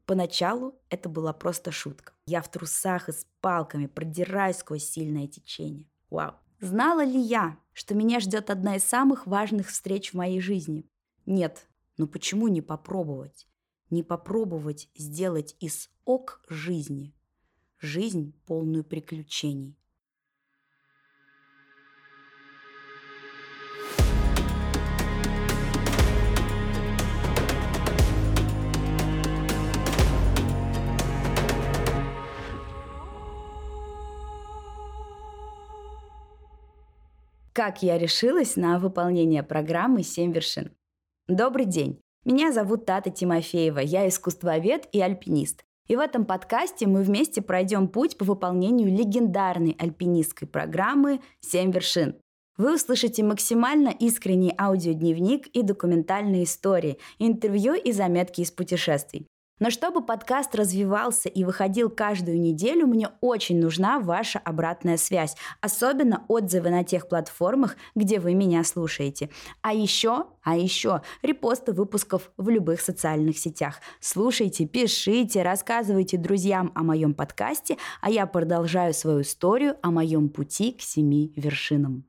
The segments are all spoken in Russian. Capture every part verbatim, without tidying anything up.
Поначалу это была просто шутка. Я в трусах и с палками продираюсь сквозь сильное течение. Вау! Знала ли я, что меня ждет одна из самых важных встреч в моей жизни? Нет. Но почему не попробовать? Не попробовать сделать из ок жизни жизнь, полную приключений. Как я решилась на выполнение программы «Семь вершин». Добрый день! Меня зовут Тата Тимофеева, я искусствовед и альпинист. И в этом подкасте мы вместе пройдем путь по выполнению легендарной альпинистской программы «Семь вершин». Вы услышите максимально искренний аудиодневник и документальные истории, интервью и заметки из путешествий. Но чтобы подкаст развивался и выходил каждую неделю, мне очень нужна ваша обратная связь, особенно отзывы на тех платформах, где вы меня слушаете. А еще, а еще репосты выпусков в любых социальных сетях. Слушайте, пишите, рассказывайте друзьям о моем подкасте, а я продолжаю свою историю о моем пути к семи вершинам.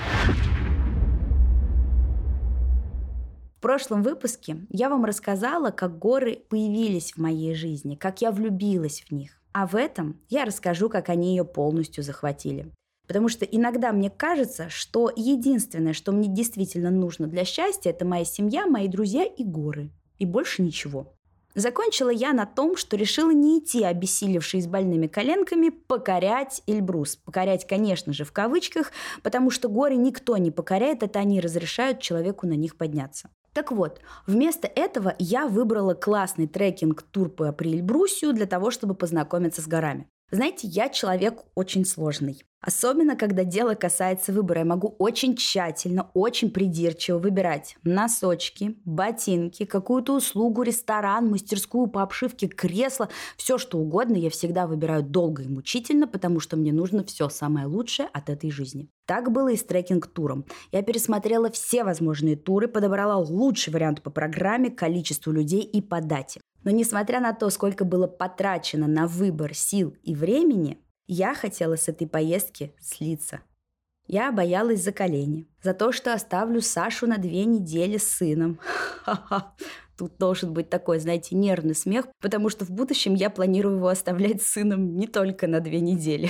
В прошлом выпуске я вам рассказала, как горы появились в моей жизни, как я влюбилась в них. А в этом я расскажу, как они ее полностью захватили. Потому что иногда мне кажется, что единственное, что мне действительно нужно для счастья, это моя семья, мои друзья и горы. И больше ничего. Закончила я на том, что решила не идти, обессилевшей с больными коленками, покорять Эльбрус. Покорять, конечно же, в кавычках, потому что горы никто не покоряет, это они разрешают человеку на них подняться. Так вот, вместо этого я выбрала классный трекинг-тур по Эльбрусью для того, чтобы познакомиться с горами. Знаете, я человек очень сложный. Особенно, когда дело касается выбора. Я могу очень тщательно, очень придирчиво выбирать носочки, ботинки, какую-то услугу, ресторан, мастерскую по обшивке, кресло. Все, что угодно, я всегда выбираю долго и мучительно, потому что мне нужно все самое лучшее от этой жизни. Так было и с трекинг-туром. Я пересмотрела все возможные туры, подобрала лучший вариант по программе, количеству людей и по дате. Но несмотря на то, сколько было потрачено на выбор сил и времени, я хотела с этой поездки слиться. Я боялась за колени, за то, что оставлю Сашу на две недели с сыном. Ха-ха. Тут должен быть такой, знаете, нервный смех, потому что в будущем я планирую его оставлять с сыном не только на две недели,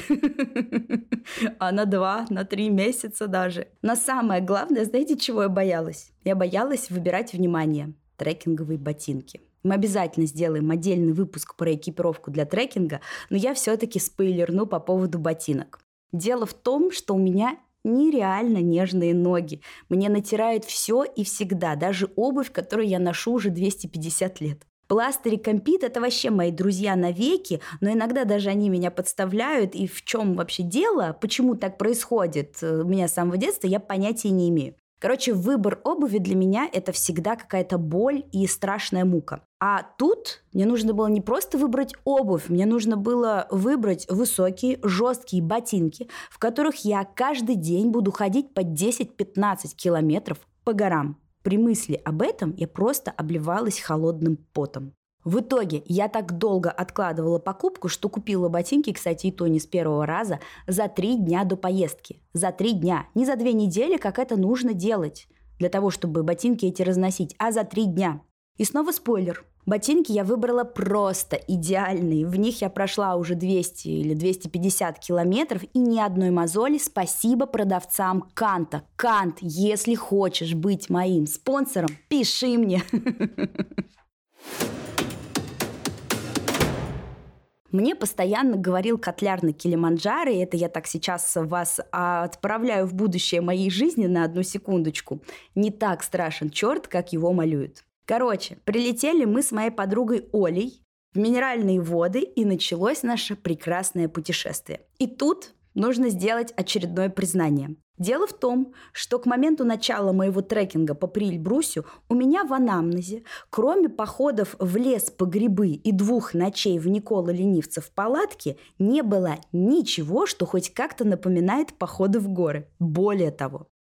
а на два, на три месяца даже. Но самое главное, знаете, чего я боялась? Я боялась выбирать, внимание, трекинговые ботинки. Мы обязательно сделаем отдельный выпуск про экипировку для трекинга, но я все-таки спойлерну по поводу ботинок. Дело в том, что у меня нереально нежные ноги. Мне натирают все и всегда, даже обувь, которую я ношу уже двести пятьдесят лет. Пластырь и Компит – это вообще мои друзья навеки, но иногда даже они меня подставляют. И в чем вообще дело, почему так происходит у меня с самого детства, я понятия не имею. Короче, выбор обуви для меня – это всегда какая-то боль и страшная мука. А тут мне нужно было не просто выбрать обувь, мне нужно было выбрать высокие, жесткие ботинки, в которых я каждый день буду ходить по десять-пятнадцать километров по горам. При мысли об этом я просто обливалась холодным потом. В итоге я так долго откладывала покупку, что купила ботинки, кстати, и то не с первого раза, за три дня до поездки. За три дня. Не за две недели, как это нужно делать для того, чтобы ботинки эти разносить, а за три дня. И снова спойлер. Ботинки я выбрала просто идеальные. В них я прошла уже двести или двести пятьдесят километров и ни одной мозоли. Спасибо продавцам Канта. Кант, если хочешь быть моим спонсором, пиши мне. Мне постоянно говорил котляр на Килиманджаро, и это я так сейчас вас отправляю в будущее моей жизни на одну секундочку. Не так страшен черт, как его малюют. Короче, прилетели мы с моей подругой Олей в минеральные воды, и началось наше прекрасное путешествие. И тут нужно сделать очередное признание. Дело в том, что к моменту начала моего трекинга по Эльбрусью у меня в анамнезе, кроме походов в лес по грибы и двух ночей в Никола-Ленивца в палатке, не было ничего, что хоть как-то напоминает походы в горы. Более того,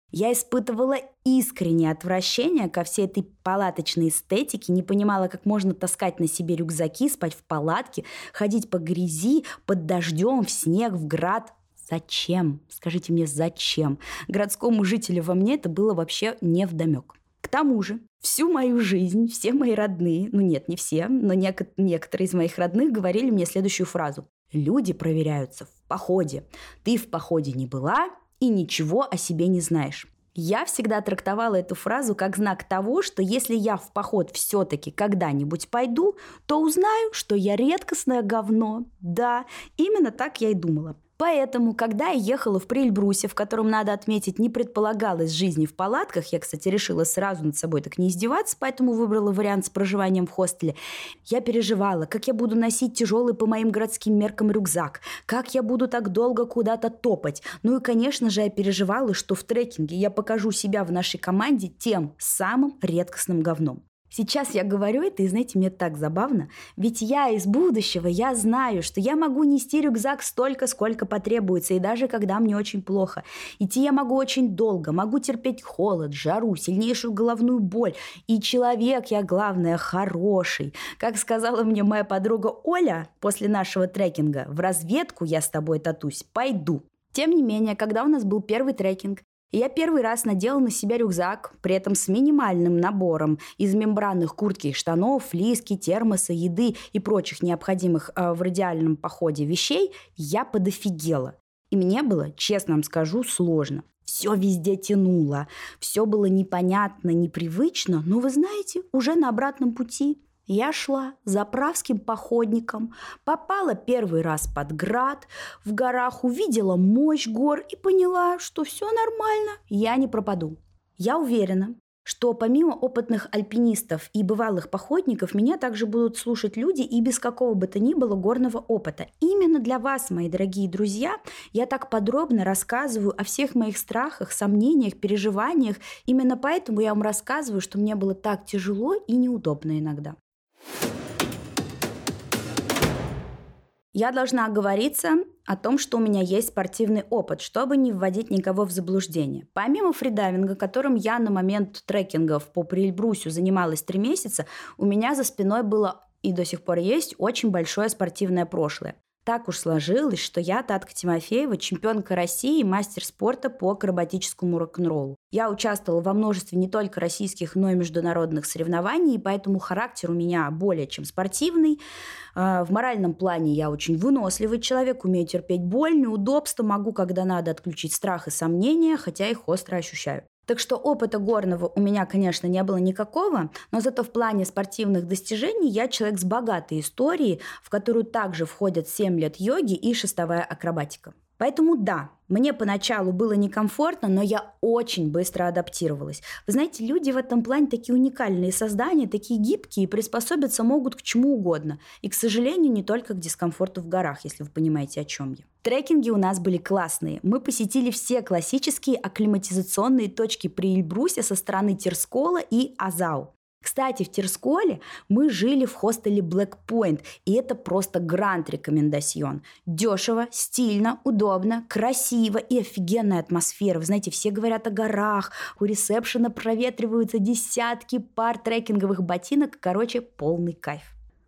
Я испытывала искреннее отвращение ко всей этой палаточной эстетике, не понимала, как можно таскать на себе рюкзаки, спать в палатке, ходить по грязи, под дождем, в снег, в град. Зачем? Скажите мне, зачем? Городскому жителю во мне это было вообще невдомек. К тому же, всю мою жизнь все мои родные, ну нет, не все, но нек- некоторые из моих родных говорили мне следующую фразу. Люди проверяются в походе. Ты в походе не была и ничего о себе не знаешь. Я всегда трактовала эту фразу как знак того, что если я в поход все-таки когда-нибудь пойду, то узнаю, что я редкостное говно. Да, именно так я и думала. Поэтому, когда я ехала в Прильбрусе, в котором, надо отметить, не предполагалось жизни в палатках, я, кстати, решила сразу над собой так не издеваться, поэтому выбрала вариант с проживанием в хостеле, я переживала, как я буду носить тяжелый по моим городским меркам рюкзак, как я буду так долго куда-то топать. Ну и, конечно же, я переживала, что в трекинге я покажу себя в нашей команде тем самым редкостным говном. Сейчас я говорю это, и, знаете, мне так забавно, ведь я из будущего, я знаю, что я могу нести рюкзак столько, сколько потребуется, и даже когда мне очень плохо. Идти я могу очень долго, могу терпеть холод, жару, сильнейшую головную боль, и человек я, главное, хороший. Как сказала мне моя подруга Оля после нашего трекинга, в разведку я с тобой, Татусь, пойду. Тем не менее, когда у нас был первый трекинг, и я первый раз надела на себя рюкзак, при этом с минимальным набором из мембранных куртки и штанов, флиски, термоса, еды и прочих необходимых э, в радиальном походе вещей, я подофигела. И мне было, честно вам скажу, сложно. Все везде тянуло, все было непонятно, непривычно, но вы знаете, уже на обратном пути. Я шла заправским походником, попала первый раз под град, в горах увидела мощь гор и поняла, что все нормально, я не пропаду. Я уверена, что помимо опытных альпинистов и бывалых походников, меня также будут слушать люди и без какого бы то ни было горного опыта. Именно для вас, мои дорогие друзья, я так подробно рассказываю о всех моих страхах, сомнениях, переживаниях. Именно поэтому я вам рассказываю, что мне было так тяжело и неудобно иногда. Я должна оговориться о том, что у меня есть спортивный опыт, чтобы не вводить никого в заблуждение. Помимо фридайвинга, которым я на момент трекингов по Прильбрусью занималась три месяца, у меня за спиной было и до сих пор есть очень большое спортивное прошлое. Так уж сложилось, что я, Татка Тимофеева, чемпионка России и мастер спорта по акробатическому рок-н-роллу. Я участвовала во множестве не только российских, но и международных соревнований, и поэтому характер у меня более чем спортивный. В моральном плане я очень выносливый человек, умею терпеть боль, неудобства, могу, когда надо, отключить страх и сомнения, хотя их остро ощущаю. Так что опыта горного у меня, конечно, не было никакого, но зато в плане спортивных достижений я человек с богатой историей, в которую также входят семь лет йоги и шестовая акробатика. Поэтому да, мне поначалу было некомфортно, но я очень быстро адаптировалась. Вы знаете, люди в этом плане такие уникальные создания, такие гибкие, приспособиться могут к чему угодно. И, к сожалению, не только к дискомфорту в горах, если вы понимаете, о чем я. Трекинги у нас были классные. Мы посетили все классические акклиматизационные точки при Эльбрусе со стороны Терскола и Азау. Кстати, в Терсколе мы жили в хостеле Black Point, и это просто гранд-рекомендацион. Дешево, стильно, удобно, красиво и офигенная атмосфера. Вы знаете, все говорят о горах, у ресепшена проветриваются десятки пар трекинговых ботинок, короче, полный кайф.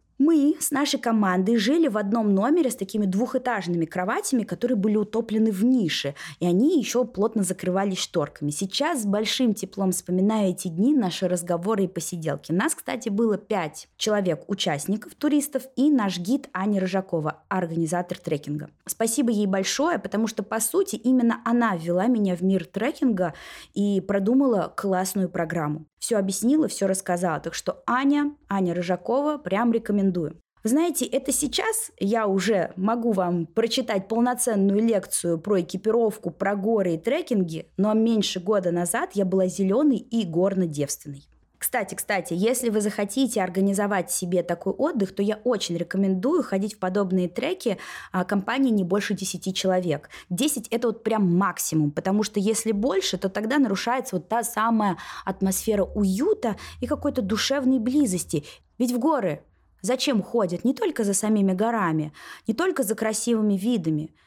Мы с нашей командой жили в одном номере с такими двухэтажными кроватями, которые были утоплены в нише, и они еще плотно закрывались шторками. Сейчас с большим теплом вспоминаю эти дни, наши разговоры и посиделки. Нас, кстати, было пять человек-участников, туристов, и наш гид Аня Рыжакова, организатор трекинга. Спасибо ей большое, потому что, по сути, именно она ввела меня в мир трекинга и продумала классную программу. Все объяснила, все рассказала. Так что Аня, Аня Рыжакова, прям рекомендую. Вы знаете, это сейчас я уже могу вам прочитать полноценную лекцию про экипировку, про горы и трекинги, но меньше года назад я была зеленой и горно-девственной. Кстати, кстати, если вы захотите организовать себе такой отдых, то я очень рекомендую ходить в подобные треки а, компании не больше десяти человек. десять – это вот прям максимум, потому что если больше, то тогда нарушается вот та самая атмосфера уюта и какой-то душевной близости. Ведь в горы зачем ходят? Не только за самими горами, не только за красивыми видами.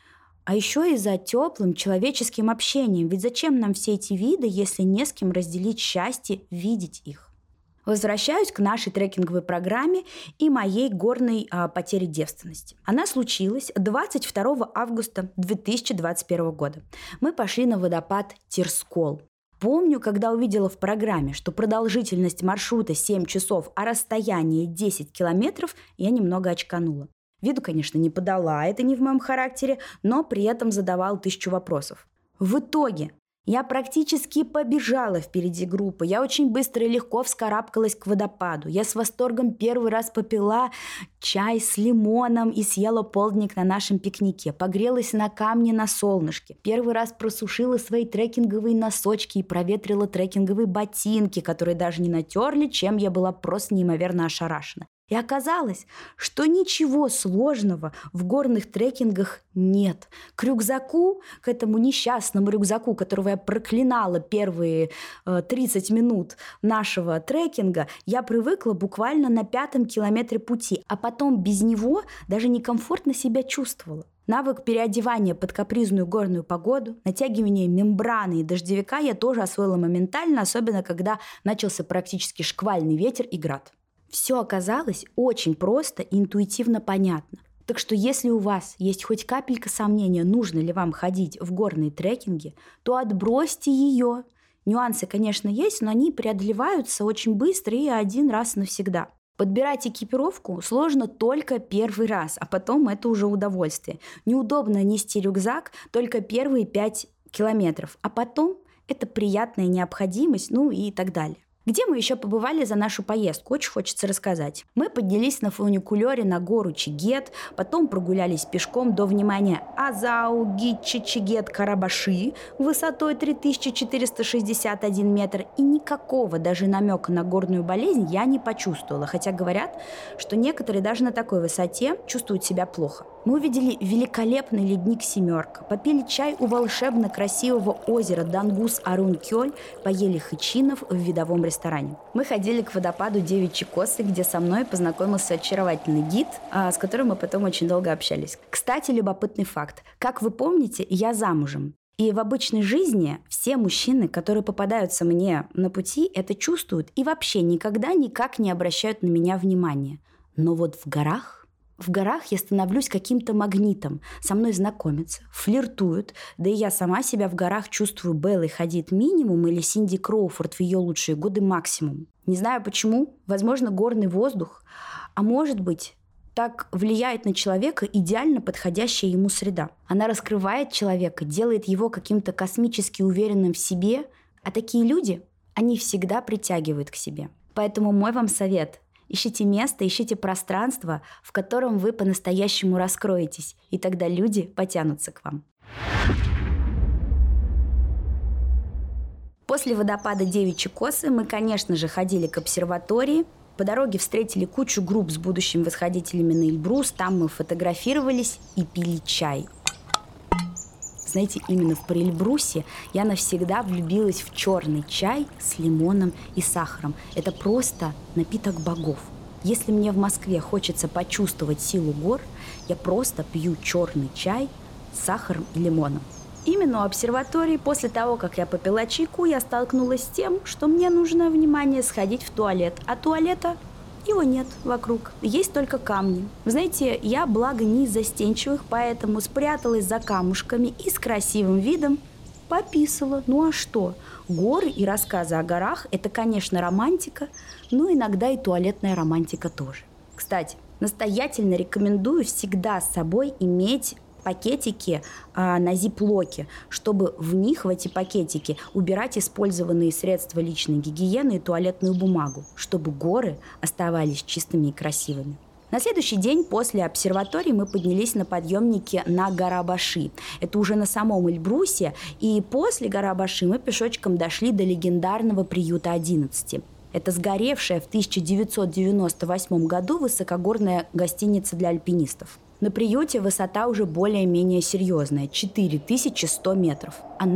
А еще и за теплым человеческим общением. Ведь зачем нам все эти виды, если не с кем разделить счастье видеть их? Возвращаюсь к нашей трекинговой программе и моей горной а, потере девственности. Она случилась двадцать второго августа две тысячи двадцать первого года. Мы пошли на водопад Терскол. Помню, когда увидела в программе, что продолжительность маршрута семь часов, а расстояние десять километров, я немного очканула. Виду, конечно, не подала, это не в моем характере, но при этом задавала тысячу вопросов. В итоге я практически побежала впереди группы. Я очень быстро и легко вскарабкалась к водопаду. Я с восторгом первый раз попила чай с лимоном и съела полдник на нашем пикнике. Погрелась на камне на солнышке. Первый раз просушила свои трекинговые носочки и проветрила трекинговые ботинки, которые даже не натерли, чем я была просто неимоверно ошарашена. И оказалось, что ничего сложного в горных трекингах нет. К рюкзаку, к этому несчастному рюкзаку, которого я проклинала первые э, тридцать минут нашего трекинга, я привыкла буквально на пятом километре пути, а потом без него даже некомфортно себя чувствовала. Навык переодевания под капризную горную погоду, натягивание мембраны и дождевика я тоже освоила моментально, особенно когда начался практически шквальный ветер и град. Все оказалось очень просто и интуитивно понятно. Так что если у вас есть хоть капелька сомнения, нужно ли вам ходить в горные трекинги, то отбросьте ее. Нюансы, конечно, есть, но они преодолеваются очень быстро и один раз навсегда. Подбирать экипировку сложно только первый раз, а потом это уже удовольствие. Неудобно нести рюкзак только первые пять километров, а потом это приятная необходимость, ну и так далее. Где мы еще побывали за нашу поездку? Очень хочется рассказать. Мы поднялись на фуникулере на гору Чигет, потом прогулялись пешком до, внимания, Азауги-Чичигет-Карабаши высотой три тысячи четыреста шестьдесят один метр, и никакого даже намека на горную болезнь я не почувствовала, хотя говорят, что некоторые даже на такой высоте чувствуют себя плохо. Мы увидели великолепный ледник «Семерка», попили чай у волшебно красивого озера Дангус-Арункёль, поели хычинов в видовом ресторане. Мы ходили к водопаду Девичьи Косы, где со мной познакомился очаровательный гид, с которым мы потом очень долго общались. Кстати, любопытный факт. Как вы помните, я замужем. И в обычной жизни все мужчины, которые попадаются мне на пути, это чувствуют и вообще никогда никак не обращают на меня внимания. Но вот в горах... В горах я становлюсь каким-то магнитом. Со мной знакомятся, флиртуют. Да и я сама себя в горах чувствую Беллой Хадид минимум или Синди Кроуфорд в ее лучшие годы максимум. Не знаю почему. Возможно, горный воздух. А может быть, так влияет на человека идеально подходящая ему среда. Она раскрывает человека, делает его каким-то космически уверенным в себе. А такие люди, они всегда притягивают к себе. Поэтому мой вам совет – ищите место, ищите пространство, в котором вы по-настоящему раскроетесь, и тогда люди потянутся к вам. После водопада Девичьи Косы мы, конечно же, ходили к обсерватории. По дороге встретили кучу групп с будущими восходителями на Эльбрус. Там мы фотографировались и пили чай. Знаете, именно в Эльбрусе я навсегда влюбилась в черный чай с лимоном и сахаром. Это просто напиток богов. Если мне в Москве хочется почувствовать силу гор, я просто пью черный чай с сахаром и лимоном. Именно у обсерватории после того, как я попила чайку, я столкнулась с тем, что мне нужно, внимание, сходить в туалет. А туалета его нет вокруг, есть только камни. Вы знаете, я, благо, не из застенчивых, поэтому спряталась за камушками и с красивым видом пописала. Ну а что? Горы и рассказы о горах – это, конечно, романтика, но иногда и туалетная романтика тоже. Кстати, настоятельно рекомендую всегда с собой иметь пакетики а, на зиплоке, чтобы в них, в эти пакетики, убирать использованные средства личной гигиены и туалетную бумагу, чтобы горы оставались чистыми и красивыми. На следующий день после обсерватории мы поднялись на подъемнике на Гарабаши. Это уже на самом Эльбрусе. И после Гарабаши мы пешочком дошли до легендарного приюта одиннадцать. Это сгоревшая в тысяча девятьсот девяносто восьмом году высокогорная гостиница для альпинистов. На приюте высота уже более-менее серьезная – четыре тысячи сто метров. Она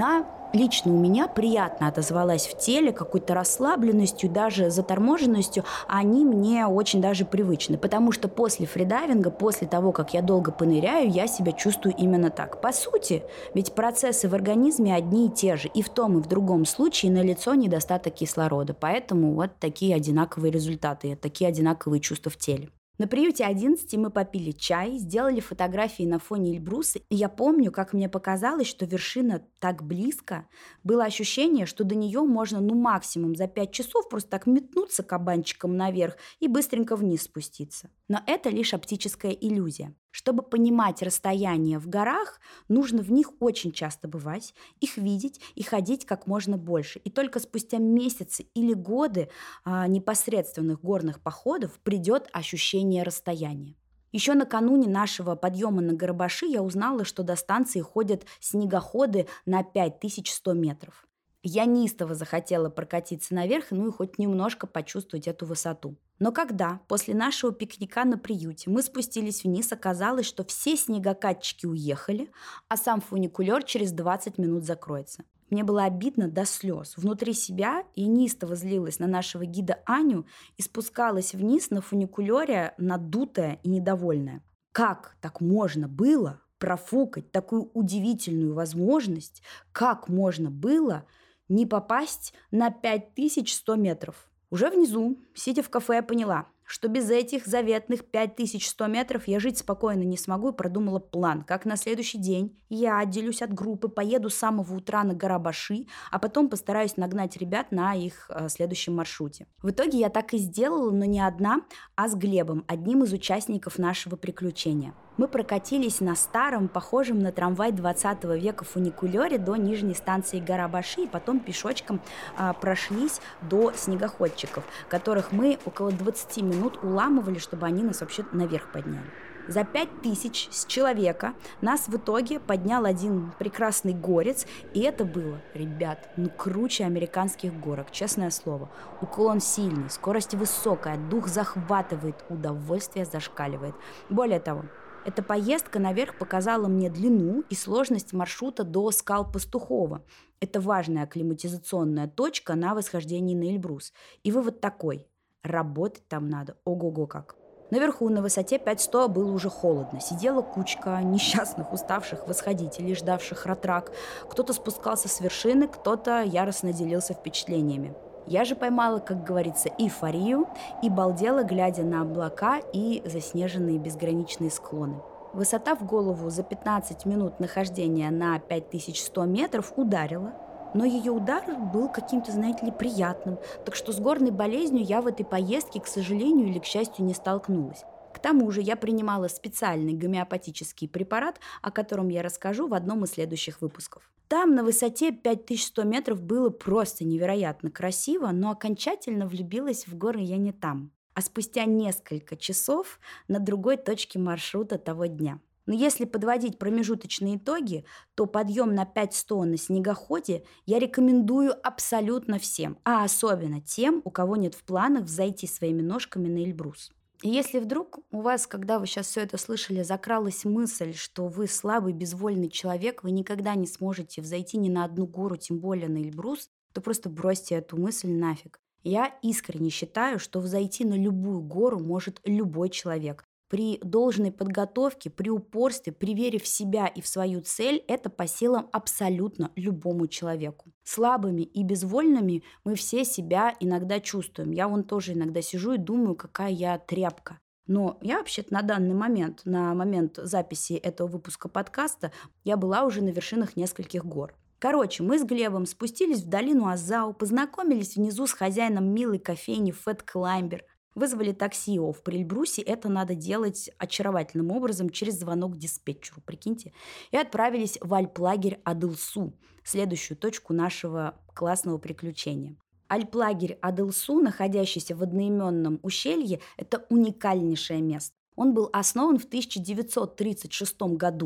лично у меня приятно отозвалась в теле какой-то расслабленностью, даже заторможенностью, а они мне очень даже привычны, потому что после фридайвинга, после того, как я долго поныряю, я себя чувствую именно так. По сути, ведь процессы в организме одни и те же, и в том и в другом случае налицо недостаток кислорода, поэтому вот такие одинаковые результаты, такие одинаковые чувства в теле. На приюте одиннадцати мы попили чай, сделали фотографии на фоне Эльбруса, и я помню, как мне показалось, что вершина так близко. Было ощущение, что до нее можно ну максимум за пять часов просто так метнуться кабанчиком наверх и быстренько вниз спуститься. Но это лишь оптическая иллюзия. Чтобы понимать расстояние в горах, нужно в них очень часто бывать, их видеть и ходить как можно больше. И только спустя месяцы или годы а, непосредственных горных походов придет ощущение расстояния. Еще накануне нашего подъема на Гарабаши я узнала, что до станции ходят снегоходы на пять тысяч сто метров. Я неистово захотела прокатиться наверх, ну и хоть немножко почувствовать эту высоту. Но когда после нашего пикника на приюте мы спустились вниз, оказалось, что все снегокатчики уехали, а сам фуникулер через двадцать минут закроется. Мне было обидно до слез. Внутри себя я неистово злилась на нашего гида Аню и спускалась вниз на фуникулере надутая и недовольная. Как так можно было профукать такую удивительную возможность? Как можно было не попасть на пять тысяч сто метров? Уже внизу, сидя в кафе, я поняла, что без этих заветных пять тысяч сто метров я жить спокойно не смогу, и продумала план, как на следующий день я отделюсь от группы, поеду с самого утра на Гарабаши, а потом постараюсь нагнать ребят на их э, следующем маршруте. В итоге я так и сделала, но не одна, а с Глебом, одним из участников нашего приключения. Мы прокатились на старом, похожем на трамвай двадцатого века фуникулере до нижней станции Гарабаши и потом пешочком а, прошлись до снегоходчиков, которых мы около двадцати минут уламывали, чтобы они нас вообще наверх подняли. За пять тысяч с человека нас в итоге поднял один прекрасный горец, и это было, ребят, ну круче американских горок, честное слово. Уклон сильный, скорость высокая, дух захватывает, удовольствие зашкаливает. Более того, эта поездка наверх показала мне длину и сложность маршрута до скал Пастухова. Это важная акклиматизационная точка на восхождении на Эльбрус. И вывод такой: работать там надо ого-го как. Наверху на высоте пять сто было уже холодно. Сидела кучка несчастных, уставших восходителей, ждавших ратрак. Кто-то спускался с вершины, кто-то яростно делился впечатлениями. Я же поймала, как говорится, эйфорию и балдела, глядя на облака и заснеженные безграничные склоны. Высота в голову за пятнадцать минут нахождения на пять тысяч сто метров ударила, но ее удар был каким-то, знаете ли, приятным, так что с горной болезнью я в этой поездке, к сожалению или к счастью, не столкнулась. К тому же я принимала специальный гомеопатический препарат, о котором я расскажу в одном из следующих выпусков. Там на высоте пять тысяч сто метров было просто невероятно красиво, но окончательно влюбилась в горы я не там, а спустя несколько часов на другой точке маршрута того дня. Но если подводить промежуточные итоги, то подъем на пять сто на снегоходе я рекомендую абсолютно всем, а особенно тем, у кого нет в планах взойти своими ножками на Эльбрус. И если вдруг у вас, когда вы сейчас все это слышали, закралась мысль, что вы слабый, безвольный человек, вы никогда не сможете взойти ни на одну гору, тем более на Эльбрус, то просто бросьте эту мысль нафиг. Я искренне считаю, что взойти на любую гору может любой человек. При должной подготовке, при упорстве, при вере в себя и в свою цель это по силам абсолютно любому человеку. Слабыми и безвольными мы все себя иногда чувствуем. Я вон тоже иногда сижу и думаю, какая я тряпка. Но я вообще-то на данный момент, на момент записи этого выпуска подкаста, я была уже на вершинах нескольких гор. Короче, мы с Глебом спустились в долину Азау, познакомились внизу с хозяином милой кофейни Fat Climber. Вызвали такси в Эльбрусе, это надо делать очаровательным образом через звонок диспетчеру, прикиньте. И отправились в альплагерь Адылсу, следующую точку нашего классного приключения. Альплагерь Адылсу, находящийся в одноименном ущелье, это уникальнейшее место. Он был основан в тысяча девятьсот тридцать шестом году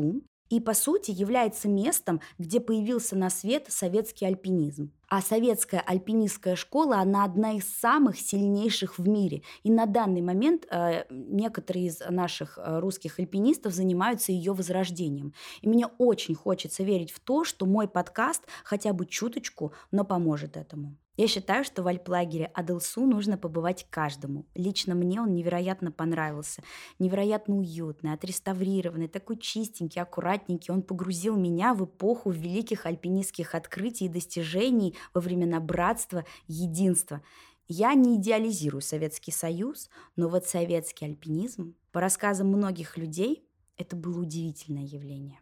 И, по сути, является местом, где появился на свет советский альпинизм. А советская альпинистская школа, она одна из самых сильнейших в мире. И на данный момент э, некоторые из наших э, русских альпинистов занимаются ее возрождением. И мне очень хочется верить в то, что мой подкаст хотя бы чуточку, но поможет этому. Я считаю, что в альплагере Адылсу нужно побывать каждому. Лично мне он невероятно понравился. Невероятно уютный, отреставрированный, такой чистенький, аккуратненький. Он погрузил меня в эпоху великих альпинистских открытий и достижений во времена братства, единства. Я не идеализирую Советский Союз, но вот советский альпинизм, по рассказам многих людей, это было удивительное явление.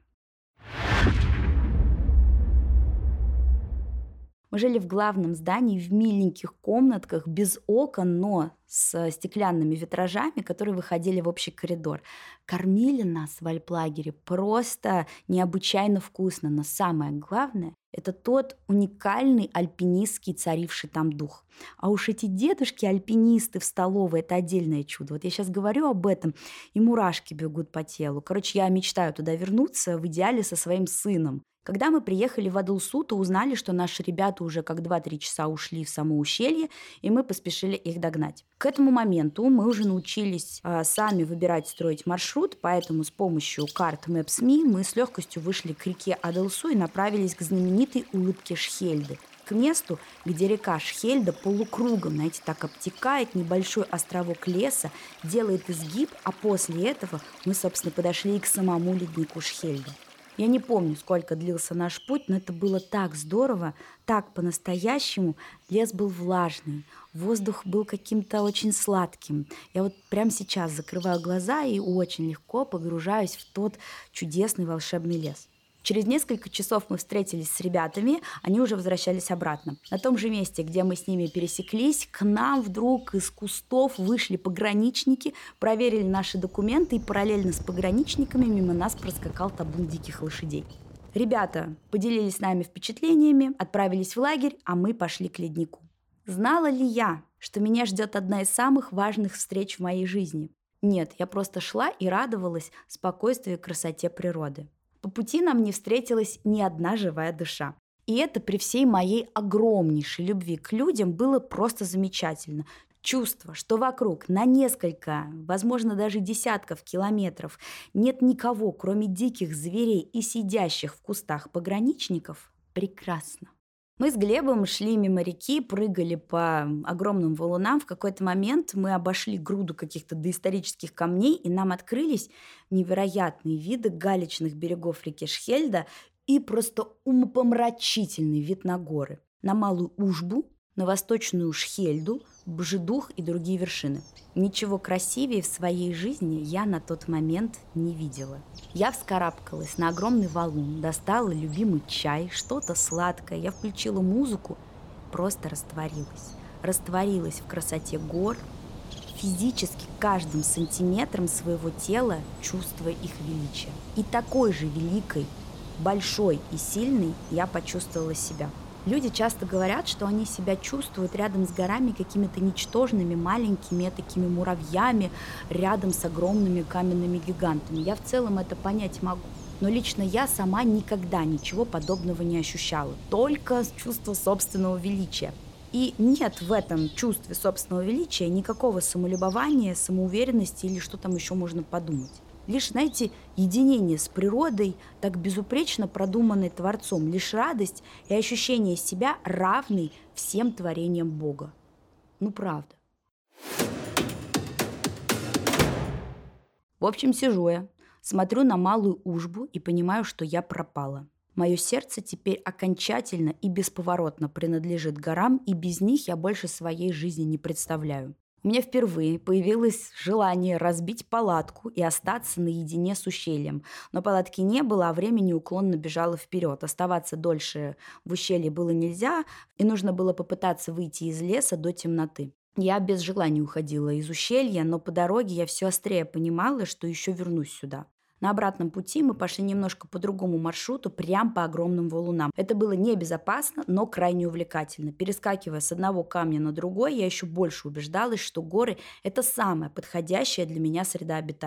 Мы жили в главном здании, в миленьких комнатках, без окон, но с стеклянными витражами, которые выходили в общий коридор. Кормили нас в альплагере просто необычайно вкусно, но самое главное – это тот уникальный альпинистский царивший там дух. А уж эти дедушки-альпинисты в столовой – это отдельное чудо. Вот я сейчас говорю об этом, и мурашки бегут по телу. Короче, я мечтаю туда вернуться, в идеале со своим сыном. Когда мы приехали в Адылсу, то узнали, что наши ребята уже как два-три часа ушли в само ущелье, и мы поспешили их догнать. К этому моменту мы уже научились а, сами выбирать, строить маршрут, поэтому с помощью карт Maps.me мы с легкостью вышли к реке Адылсу и направились к знаменитой улыбке Шхельды, к месту, где река Шхельда полукругом, знаете, так обтекает небольшой островок леса, делает изгиб, а после этого мы, собственно, подошли и к самому леднику Шхельды. Я не помню, сколько длился наш путь, но это было так здорово, так по-настоящему. Лес был влажный, воздух был каким-то очень сладким. Я вот прямо сейчас закрываю глаза и очень легко погружаюсь в тот чудесный волшебный лес. Через несколько часов мы встретились с ребятами, они уже возвращались обратно. На том же месте, где мы с ними пересеклись, к нам вдруг из кустов вышли пограничники, проверили наши документы, и параллельно с пограничниками мимо нас проскакал табун диких лошадей. Ребята поделились с нами впечатлениями, отправились в лагерь, а мы пошли к леднику. Знала ли я, что меня ждет одна из самых важных встреч в моей жизни? Нет, я просто шла и радовалась спокойствию и красоте природы. По пути нам не встретилась ни одна живая душа. И это при всей моей огромнейшей любви к людям было просто замечательно. Чувство, что вокруг на несколько, возможно, даже десятков километров нет никого, кроме диких зверей и сидящих в кустах пограничников, прекрасно. Мы с Глебом шли мимо реки, прыгали по огромным валунам. В какой-то момент мы обошли груду каких-то доисторических камней, и нам открылись невероятные виды галечных берегов реки Шхельда и просто умопомрачительный вид на горы. На Малую Ужбу, на Восточную Шхельду, Бжедух и другие вершины. Ничего красивее в своей жизни я на тот момент не видела. Я вскарабкалась на огромный валун, достала любимый чай, что-то сладкое. Я включила музыку, просто растворилась. Растворилась в красоте гор, физически каждым сантиметром своего тела чувствуя их величие. И такой же великой, большой и сильной я почувствовала себя. Люди часто говорят, что они себя чувствуют рядом с горами какими-то ничтожными, маленькими, такими муравьями, рядом с огромными каменными гигантами. Я в целом это понять могу. Но лично я сама никогда ничего подобного не ощущала. Только чувство собственного величия. И нет в этом чувстве собственного величия никакого самолюбования, самоуверенности или что там еще можно подумать. Лишь, знаете, единение с природой, так безупречно продуманной Творцом, лишь радость и ощущение себя равной всем творениям Бога. Ну, правда. В общем, сижу я, смотрю на Малую Ужбу и понимаю, что я пропала. Мое сердце теперь окончательно и бесповоротно принадлежит горам, и без них я больше своей жизни не представляю. У меня впервые появилось желание разбить палатку и остаться наедине с ущельем. Но палатки не было, а время неуклонно бежало вперед. Оставаться дольше в ущелье было нельзя, и нужно было попытаться выйти из леса до темноты. Я без желания уходила из ущелья, но по дороге я все острее понимала, что еще вернусь сюда. На обратном пути мы пошли немножко по другому маршруту, прям по огромным валунам. Это было небезопасно, но крайне увлекательно. Перескакивая с одного камня на другой, я еще больше убеждалась, что горы – это самая подходящая для меня среда обитания.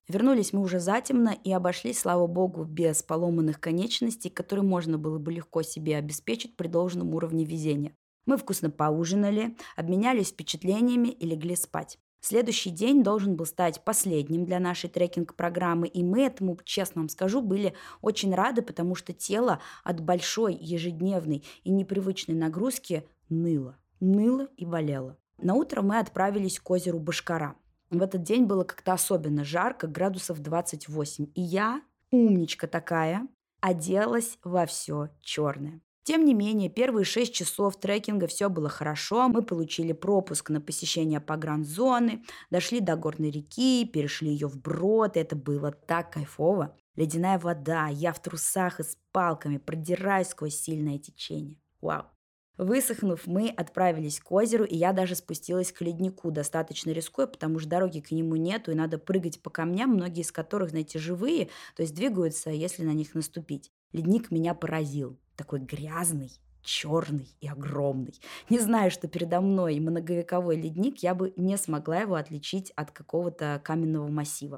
Вернулись мы уже затемно и обошлись, слава богу, без поломанных конечностей, которые можно было бы легко себе обеспечить при должном уровне везения. Мы вкусно поужинали, обменялись впечатлениями и легли спать. Следующий день должен был стать последним для нашей трекинг-программы, и мы этому, честно вам скажу, были очень рады, потому что тело от большой ежедневной и непривычной нагрузки ныло. Ныло и болело. Наутро мы отправились к озеру Башкара. В этот день было как-то особенно жарко, градусов двадцать восемь. И я, умничка такая, оделась во все черное. Тем не менее, первые шесть часов трекинга все было хорошо. Мы получили пропуск на посещение погранзоны, дошли до горной реки, перешли ее вброд. Это было так кайфово. Ледяная вода, я в трусах и с палками, продираюсь сквозь сильное течение. Вау! Высохнув, мы отправились к озеру, и я даже спустилась к леднику, достаточно рискуя, потому что дороги к нему нету, и надо прыгать по камням, многие из которых, знаете, живые, то есть двигаются, если на них наступить. Ледник меня поразил. Такой грязный, черный и огромный. Не знаю, что передо мной многовековой ледник, я бы не смогла его отличить от какого-то каменного массива.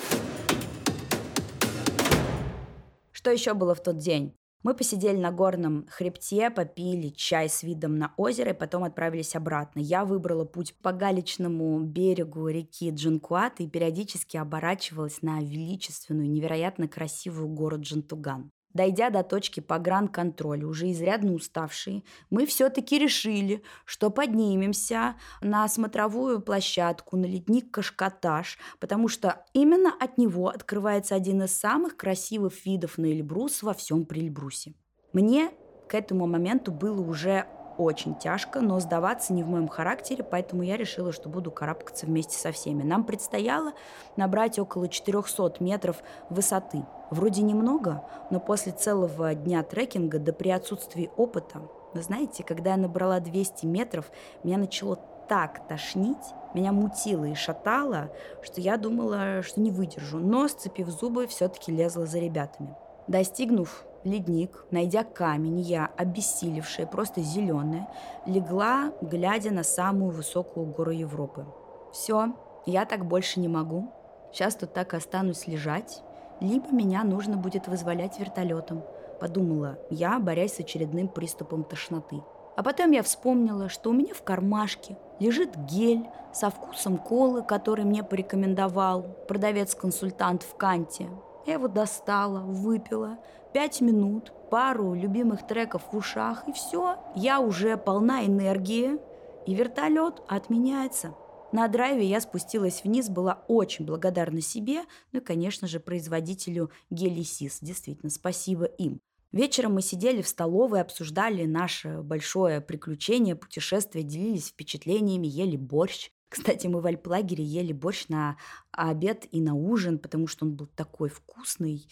Что еще было в тот день? Мы посидели на горном хребте, попили чай с видом на озеро и потом отправились обратно. Я выбрала путь по галечному берегу реки Джанкуат и периодически оборачивалась на величественную, невероятно красивую гору Джантуган. Дойдя до точки погранконтроля, уже изрядно уставшие, мы все-таки решили, что поднимемся на смотровую площадку, на ледник Кашкаташ, потому что именно от него открывается один из самых красивых видов на Эльбрус во всем Прельбрусе. Мне к этому моменту было уже очень тяжко, но сдаваться не в моем характере, поэтому я решила, что буду карабкаться вместе со всеми. Нам предстояло набрать около четырехсот метров высоты. Вроде немного, но после целого дня трекинга, да при отсутствии опыта, вы знаете, когда я набрала двести метров, меня начало так тошнить, меня мутило и шатало, что я думала, что не выдержу, но, сцепив зубы, все-таки лезла за ребятами. Достигнув ледник, найдя камень, я, обессилевшая, просто зеленая, легла, глядя на самую высокую гору Европы. Все, я так больше не могу. Сейчас тут так и останусь лежать, либо меня нужно будет вызволять вертолетом, подумала я, борясь с очередным приступом тошноты. А потом я вспомнила, что у меня в кармашке лежит гель со вкусом колы, который мне порекомендовал продавец-консультант в Канте. Я его достала, выпила, пять минут, пару любимых треков в ушах, и все. Я уже полна энергии, и вертолет отменяется. На драйве я спустилась вниз, была очень благодарна себе, ну и, конечно же, производителю Гелисис. Действительно, спасибо им. Вечером мы сидели в столовой, обсуждали наше большое приключение, путешествие, делились впечатлениями, ели борщ. Кстати, мы в альплагере ели борщ на обед и на ужин, потому что он был такой вкусный,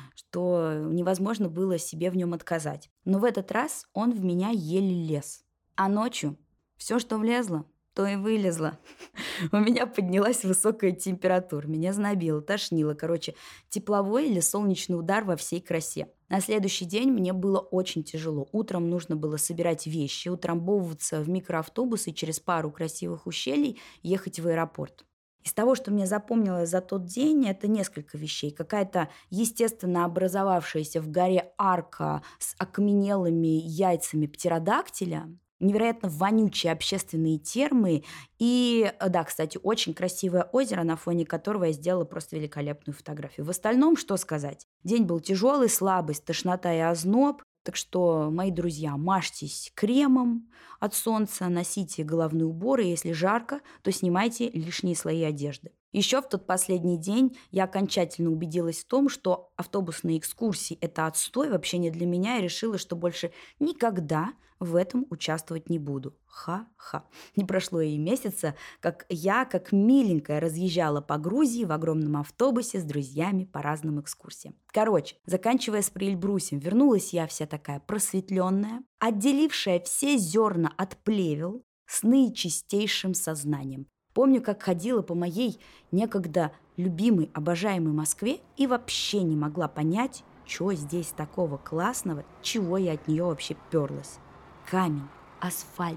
что невозможно было себе в нем отказать. Но в этот раз он в меня еле лез. А ночью все, что влезло, то и вылезло. У меня поднялась высокая температура, меня знобило, тошнило. Короче, тепловой или солнечный удар во всей красе. На следующий день мне было очень тяжело. Утром нужно было собирать вещи, утрамбовываться в микроавтобус и через пару красивых ущелий ехать в аэропорт. Из того, что мне запомнилось за тот день, это несколько вещей. Какая-то естественно образовавшаяся в горе арка с окаменелыми яйцами птеродактиля, невероятно вонючие общественные термы и, да, кстати, очень красивое озеро, на фоне которого я сделала просто великолепную фотографию. В остальном, что сказать? День был тяжелый, слабость, тошнота и озноб. Так что, мои друзья, мажьтесь кремом от солнца, носите головные уборы. Если жарко, то снимайте лишние слои одежды. Еще в тот последний день я окончательно убедилась в том, что автобусные экскурсии – это отстой, вообще не для меня, и решила, что больше никогда в этом участвовать не буду. Ха-ха. Не прошло и месяца, как я, как миленькая, разъезжала по Грузии в огромном автобусе с друзьями по разным экскурсиям. Короче, заканчивая с Прельбрусем, вернулась я вся такая просветленная, отделившая все зерна от плевел с наичистейшим сознанием. Помню, как ходила по моей некогда любимой, обожаемой Москве и вообще не могла понять, что здесь такого классного, чего я от нее вообще перлась. Камень, асфальт,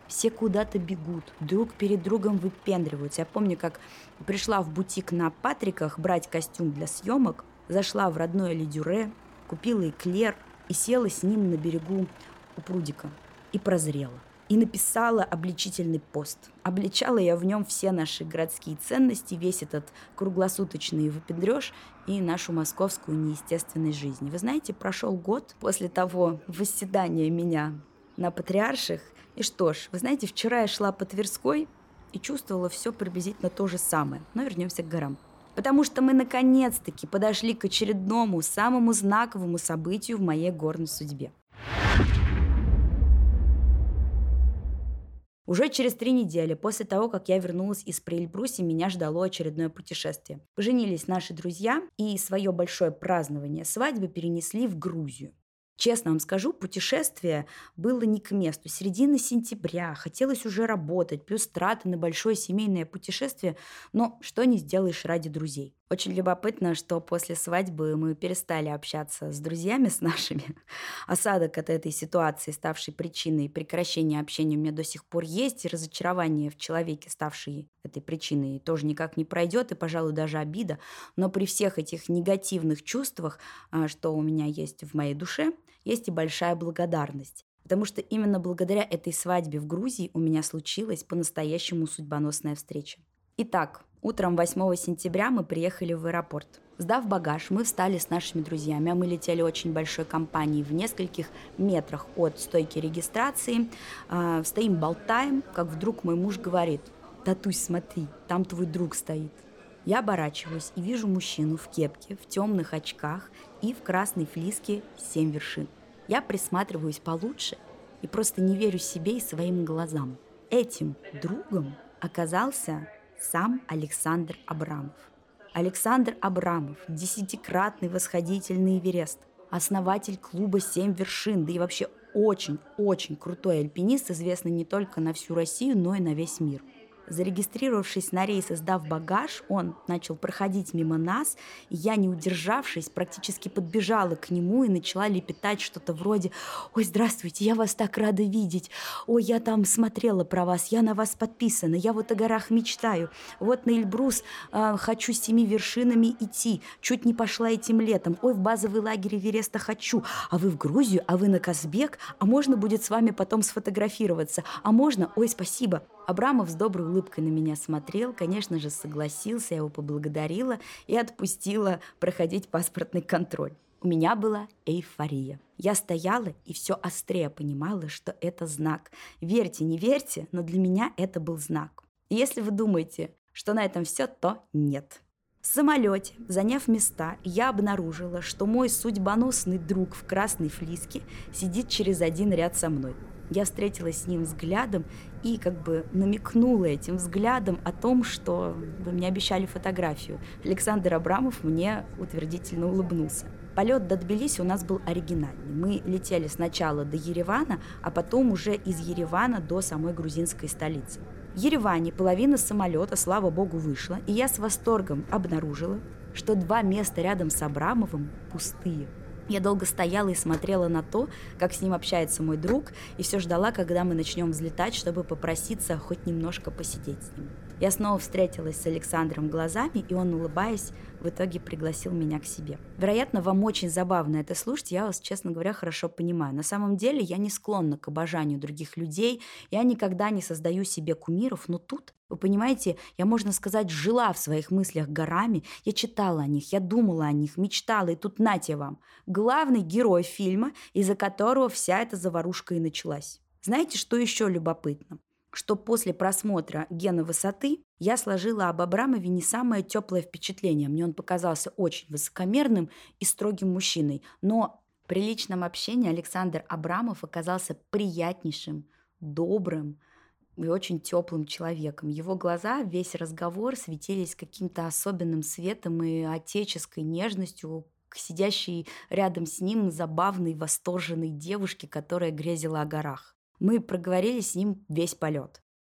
Все куда-то бегут, друг перед другом выпендриваются. Я помню, как пришла в бутик на Патриках брать костюм для съемок, зашла в родное Лидюре, купила эклер и села с ним на берегу у прудика. И прозрела. И написала обличительный пост. Обличала я в нем все наши городские ценности, весь этот круглосуточный выпендрёж и нашу московскую неестественность жизни. Вы знаете, прошел год после того восседания меня на Патриарших. И что ж, вы знаете, вчера я шла по Тверской и чувствовала все приблизительно то же самое. Но вернемся к горам. Потому что мы наконец-таки подошли к очередному, самому знаковому событию в моей горной судьбе. Уже через три недели после того, как я вернулась из Приэльбруси, меня ждало очередное путешествие. Поженились наши друзья и свое большое празднование свадьбы перенесли в Грузию. Честно вам скажу, путешествие было не к месту. Середина сентября, хотелось уже работать, плюс траты на большое семейное путешествие, но что не сделаешь ради друзей. Очень любопытно, что после свадьбы мы перестали общаться с друзьями, с нашими. Осадок от этой ситуации, ставшей причиной прекращения общения, у меня до сих пор есть, и разочарование в человеке, ставшей этой причиной, тоже никак не пройдет, и, пожалуй, даже обида. Но при всех этих негативных чувствах, что у меня есть в моей душе, есть и большая благодарность. Потому что именно благодаря этой свадьбе в Грузии у меня случилась по-настоящему судьбоносная встреча. Итак, утром восьмого сентября мы приехали в аэропорт. Сдав багаж, мы встали с нашими друзьями, а мы летели очень большой компанией в нескольких метрах от стойки регистрации. Э, стоим, болтаем, как вдруг мой муж говорит: «Татусь, смотри, там твой друг стоит». Я оборачиваюсь и вижу мужчину в кепке, в темных очках и в красной флиске «Семь вершин». Я присматриваюсь получше и просто не верю себе и своим глазам. Этим другом оказался сам Александр Абрамов. Александр Абрамов – десятикратный восходитель на Эверест, основатель клуба «Семь вершин», да и вообще очень-очень крутой альпинист, известный не только на всю Россию, но и на весь мир. Зарегистрировавшись на рейс и сдав багаж, он начал проходить мимо нас, и я, не удержавшись, практически подбежала к нему и начала лепетать что-то вроде: «Ой, здравствуйте, я вас так рада видеть! Ой, я там смотрела про вас, я на вас подписана, я вот о горах мечтаю, вот на Эльбрус э, хочу с семи вершинами идти, чуть не пошла этим летом, ой, в базовый лагерь Эвереста хочу, а вы в Грузию, а вы на Казбек, а можно будет с вами потом сфотографироваться, а можно, ой, спасибо». Абрамов с доброй улыбкой на меня смотрел, конечно же, согласился, я его поблагодарила и отпустила проходить паспортный контроль. У меня была эйфория. Я стояла и все острее понимала, что это знак. Верьте, не верьте, но для меня это был знак. И если вы думаете, что на этом все, то нет. В самолете, заняв места, я обнаружила, что мой судьбоносный друг в красной флиске сидит через один ряд со мной. Я встретилась с ним взглядом и как бы намекнула этим взглядом о том, что вы мне обещали фотографию. Александр Абрамов мне утвердительно улыбнулся. Полет до Тбилиси у нас был оригинальный. Мы летели сначала до Еревана, а потом уже из Еревана до самой грузинской столицы. В Ереване половина самолета, слава богу, вышла, и я с восторгом обнаружила, что два места рядом с Абрамовым пустые. Я долго стояла и смотрела на то, как с ним общается мой друг, и все ждала, когда мы начнем взлетать, чтобы попроситься хоть немножко посидеть с ним. Я снова встретилась с Александром глазами, и он, улыбаясь, в итоге пригласил меня к себе. Вероятно, вам очень забавно это слушать, я вас, честно говоря, хорошо понимаю. На самом деле я не склонна к обожанию других людей, я никогда не создаю себе кумиров, но тут, вы понимаете, я, можно сказать, жила в своих мыслях горами, я читала о них, я думала о них, мечтала, и тут нате вам, главный герой фильма, из-за которого вся эта заварушка и началась. Знаете, что еще любопытно? Что после просмотра «Гена высоты» я сложила об Абрамове не самое теплое впечатление. Мне он показался очень высокомерным и строгим мужчиной. Но при личном общении Александр Абрамов оказался приятнейшим, добрым и очень теплым человеком. Его глаза, весь разговор светились каким-то особенным светом и отеческой нежностью к сидящей рядом с ним забавной, восторженной девушке, которая грезила о горах. Мы проговорили с ним весь полет.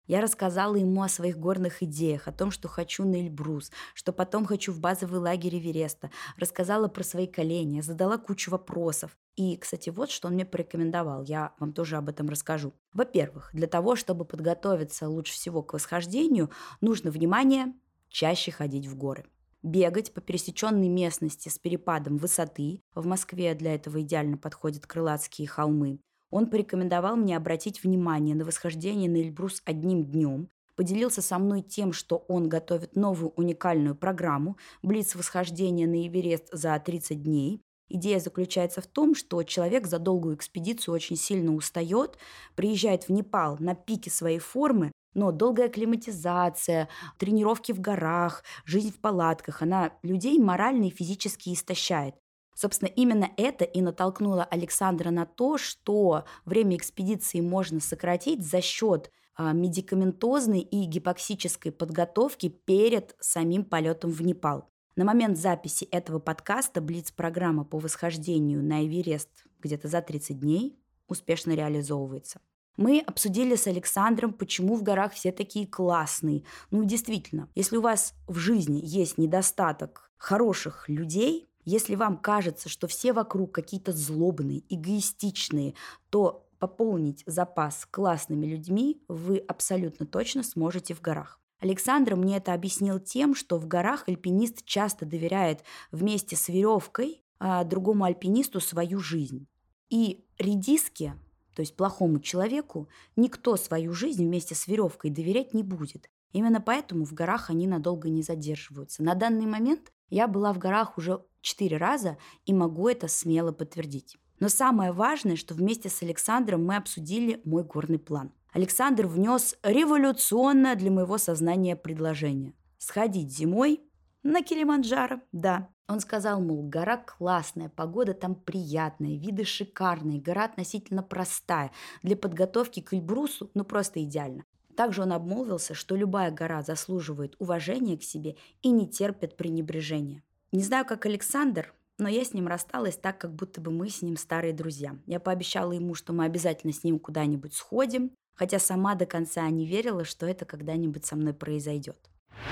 Я рассказала ему о своих горных идеях, о том, что хочу на Эльбрус, что потом хочу в базовый лагерь Эвереста. Рассказала про свои колени, задала кучу вопросов. И, кстати, вот что он мне порекомендовал. Я вам тоже об этом расскажу. Во-первых, для того, чтобы подготовиться лучше всего к восхождению, нужно, внимание, чаще ходить в горы. Бегать по пересеченной местности с перепадом высоты. В Москве для этого идеально подходят крылатские холмы. Он порекомендовал мне обратить внимание на восхождение на Эльбрус одним днем, поделился со мной тем, что он готовит новую уникальную программу «Блиц-восхождение на Эверест за тридцать дней». Идея заключается в том, что человек за долгую экспедицию очень сильно устает, приезжает в Непал на пике своей формы, но долгая акклиматизация, тренировки в горах, жизнь в палатках, она людей морально и физически истощает. Собственно, именно это и натолкнуло Александра на то, что время экспедиции можно сократить за счет а, медикаментозной и гипоксической подготовки перед самим полетом в Непал. На момент записи этого подкаста Блиц-программа по восхождению на Эверест где-то за тридцать дней успешно реализовывается. Мы обсудили с Александром, почему в горах все такие классные. Ну, действительно, если у вас в жизни есть недостаток хороших людей, если вам кажется, что все вокруг какие-то злобные, эгоистичные, то пополнить запас классными людьми вы абсолютно точно сможете в горах. Александр мне это объяснил тем, что в горах альпинист часто доверяет вместе с веревкой а, другому альпинисту свою жизнь. И редиске, то есть плохому человеку, никто свою жизнь вместе с веревкой доверять не будет. Именно поэтому в горах они надолго не задерживаются. На данный момент я была в горах уже четыре раза и могу это смело подтвердить. Но самое важное, что вместе с Александром мы обсудили мой горный план. Александр внес революционное для моего сознания предложение. Сходить зимой на Килиманджаро, да. Он сказал, мол, гора классная, погода там приятная, виды шикарные, гора относительно простая. Для подготовки к Эльбрусу, ну просто идеально. Также он обмолвился, что любая гора заслуживает уважения к себе и не терпит пренебрежения. Не знаю, как Александр, но я с ним рассталась так, как будто бы мы с ним старые друзья. Я пообещала ему, что мы обязательно с ним куда-нибудь сходим, хотя сама до конца не верила, что это когда-нибудь со мной произойдет.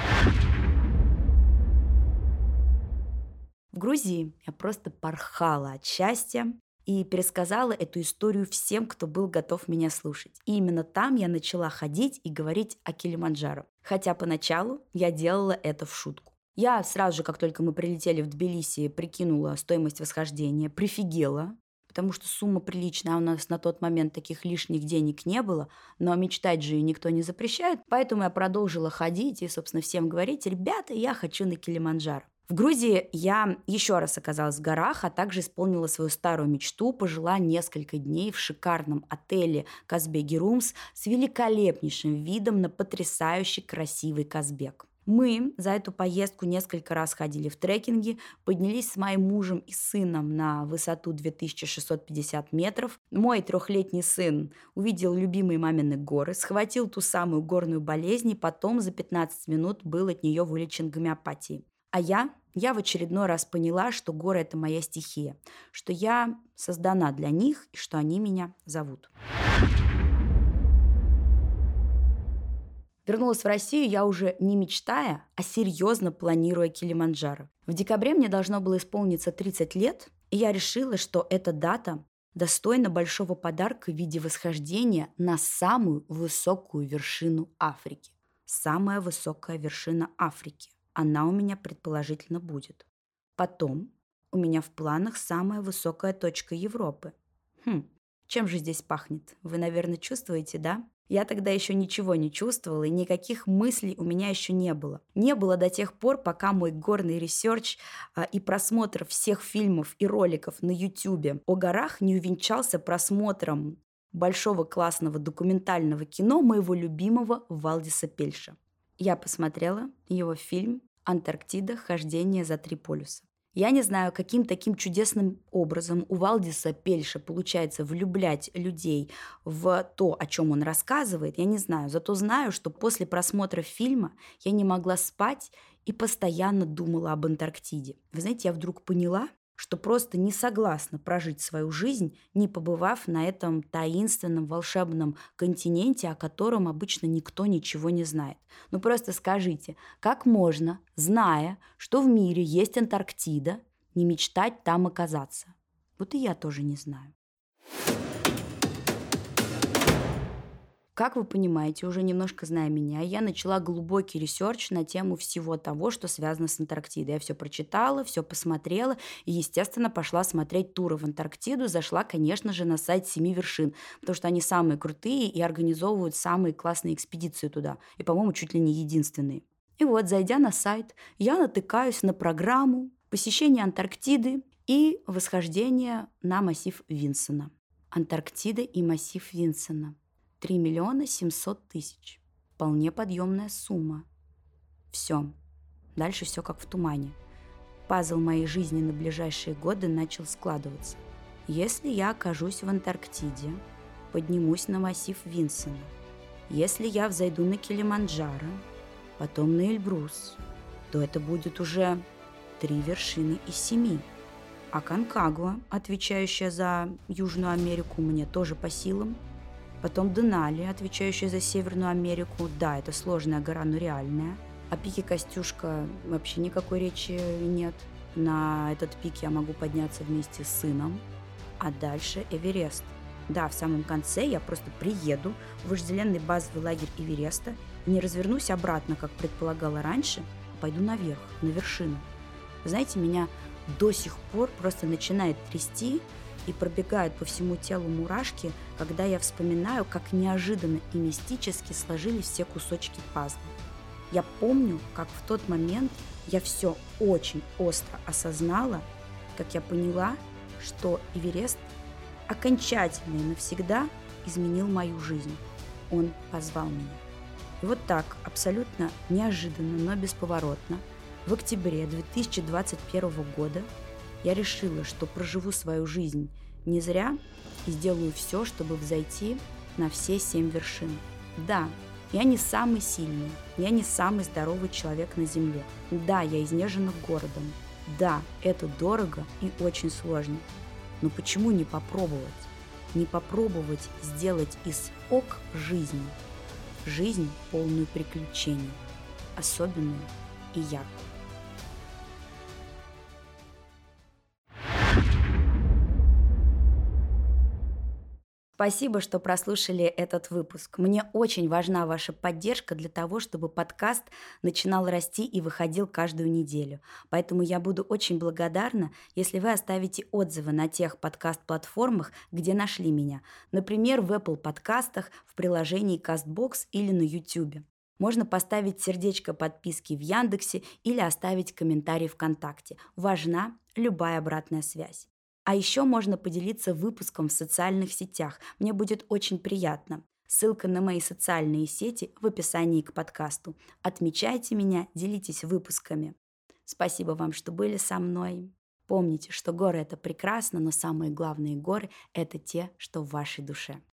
В Грузии я просто порхала от счастья и пересказала эту историю всем, кто был готов меня слушать. И именно там я начала ходить и говорить о Килиманджаро. Хотя поначалу я делала это в шутку. Я сразу же, как только мы прилетели в Тбилиси, прикинула стоимость восхождения, прифигела, потому что сумма приличная, а у нас на тот момент таких лишних денег не было, но мечтать же никто не запрещает, поэтому я продолжила ходить и, собственно, всем говорить: ребята, я хочу на Килиманджаро. В Грузии я еще раз оказалась в горах, а также исполнила свою старую мечту, пожила несколько дней в шикарном отеле «Казбек Румс» с великолепнейшим видом на потрясающе красивый Казбек. Мы за эту поездку несколько раз ходили в трекинги, поднялись с моим мужем и сыном на высоту две тысячи шестьсот пятьдесят метров. Мой трехлетний сын увидел любимые мамины горы, схватил ту самую горную болезнь и потом за пятнадцать минут был от нее вылечен гомеопатией. А я, я в очередной раз поняла, что горы – это моя стихия, что я создана для них и что они меня зовут. Вернулась в Россию я уже не мечтая, а серьезно планируя Килиманджаро. В декабре мне должно было исполниться тридцать лет, и я решила, что эта дата достойна большого подарка в виде восхождения на самую высокую вершину Африки. Самая высокая вершина Африки. Она у меня предположительно будет. Потом у меня в планах самая высокая точка Европы. Хм, чем же здесь пахнет? Вы, наверное, чувствуете, да? Я тогда еще ничего не чувствовала, и никаких мыслей у меня еще не было. Не было до тех пор, пока мой горный ресерч а, и просмотр всех фильмов и роликов на Ютубе о горах не увенчался просмотром большого классного документального кино моего любимого Валдиса Пельша. Я посмотрела его фильм «Антарктида. Хождение за три полюса». Я не знаю, каким таким чудесным образом у Валдиса Пельша получается влюблять людей в то, о чем он рассказывает. Я не знаю, зато знаю, что после просмотра фильма я не могла спать и постоянно думала об Антарктиде. Вы знаете, я вдруг поняла, что просто не согласна прожить свою жизнь, не побывав на этом таинственном волшебном континенте, о котором обычно никто ничего не знает. Ну просто скажите, как можно, зная, что в мире есть Антарктида, не мечтать там оказаться? Вот и я тоже не знаю. Как вы понимаете, уже немножко зная меня, я начала глубокий ресерч на тему всего того, что связано с Антарктидой. Я все прочитала, все посмотрела и, естественно, пошла смотреть туры в Антарктиду. Зашла, конечно же, на сайт «Семи вершин», потому что они самые крутые и организовывают самые классные экспедиции туда. И, по-моему, чуть ли не единственные. И вот, зайдя на сайт, я натыкаюсь на программу посещения Антарктиды и восхождение на массив Винсена. Антарктида и массив Винсена. три миллиона семьсот тысяч. Вполне подъемная сумма. Все. Дальше все как в тумане. Пазл моей жизни на ближайшие годы начал складываться. Если я окажусь в Антарктиде, поднимусь на массив Винсена. Если я взойду на Килиманджаро, потом на Эльбрус, то это будет уже три вершины из семи. А Конкагуа, отвечающая за Южную Америку, мне тоже по силам. Потом Денали, отвечающая за Северную Америку. Да, это сложная гора, но реальная. О пике Костюшка вообще никакой речи нет. На этот пик я могу подняться вместе с сыном. А дальше Эверест. Да, в самом конце я просто приеду в вожделенный базовый лагерь Эвереста и не развернусь обратно, как предполагала раньше, а пойду наверх, на вершину. Знаете, меня до сих пор просто начинает трясти и пробегают по всему телу мурашки, когда я вспоминаю, как неожиданно и мистически сложились все кусочки пазла. Я помню, как в тот момент я все очень остро осознала, как я поняла, что Эверест окончательно и навсегда изменил мою жизнь. Он позвал меня. И вот так, абсолютно неожиданно, но бесповоротно, в октябре две тысячи двадцать первого года я решила, что проживу свою жизнь не зря и сделаю все, чтобы взойти на все семь вершин. Да, я не самый сильный, я не самый здоровый человек на Земле. Да, я изнежена городом. Да, это дорого и очень сложно. Но почему не попробовать? Не попробовать сделать из ок жизни. Жизнь, полную приключений. Особенную и яркую. Спасибо, что прослушали этот выпуск. Мне очень важна ваша поддержка для того, чтобы подкаст начинал расти и выходил каждую неделю. Поэтому я буду очень благодарна, если вы оставите отзывы на тех подкаст-платформах, где нашли меня. Например, в Apple подкастах, в приложении CastBox или на YouTube. Можно поставить сердечко подписки в Яндексе или оставить комментарий ВКонтакте. Важна любая обратная связь. А еще можно поделиться выпуском в социальных сетях. Мне будет очень приятно. Ссылка на мои социальные сети в описании к подкасту. Отмечайте меня, делитесь выпусками. Спасибо вам, что были со мной. Помните, что горы – это прекрасно, но самые главные горы – это те, что в вашей душе.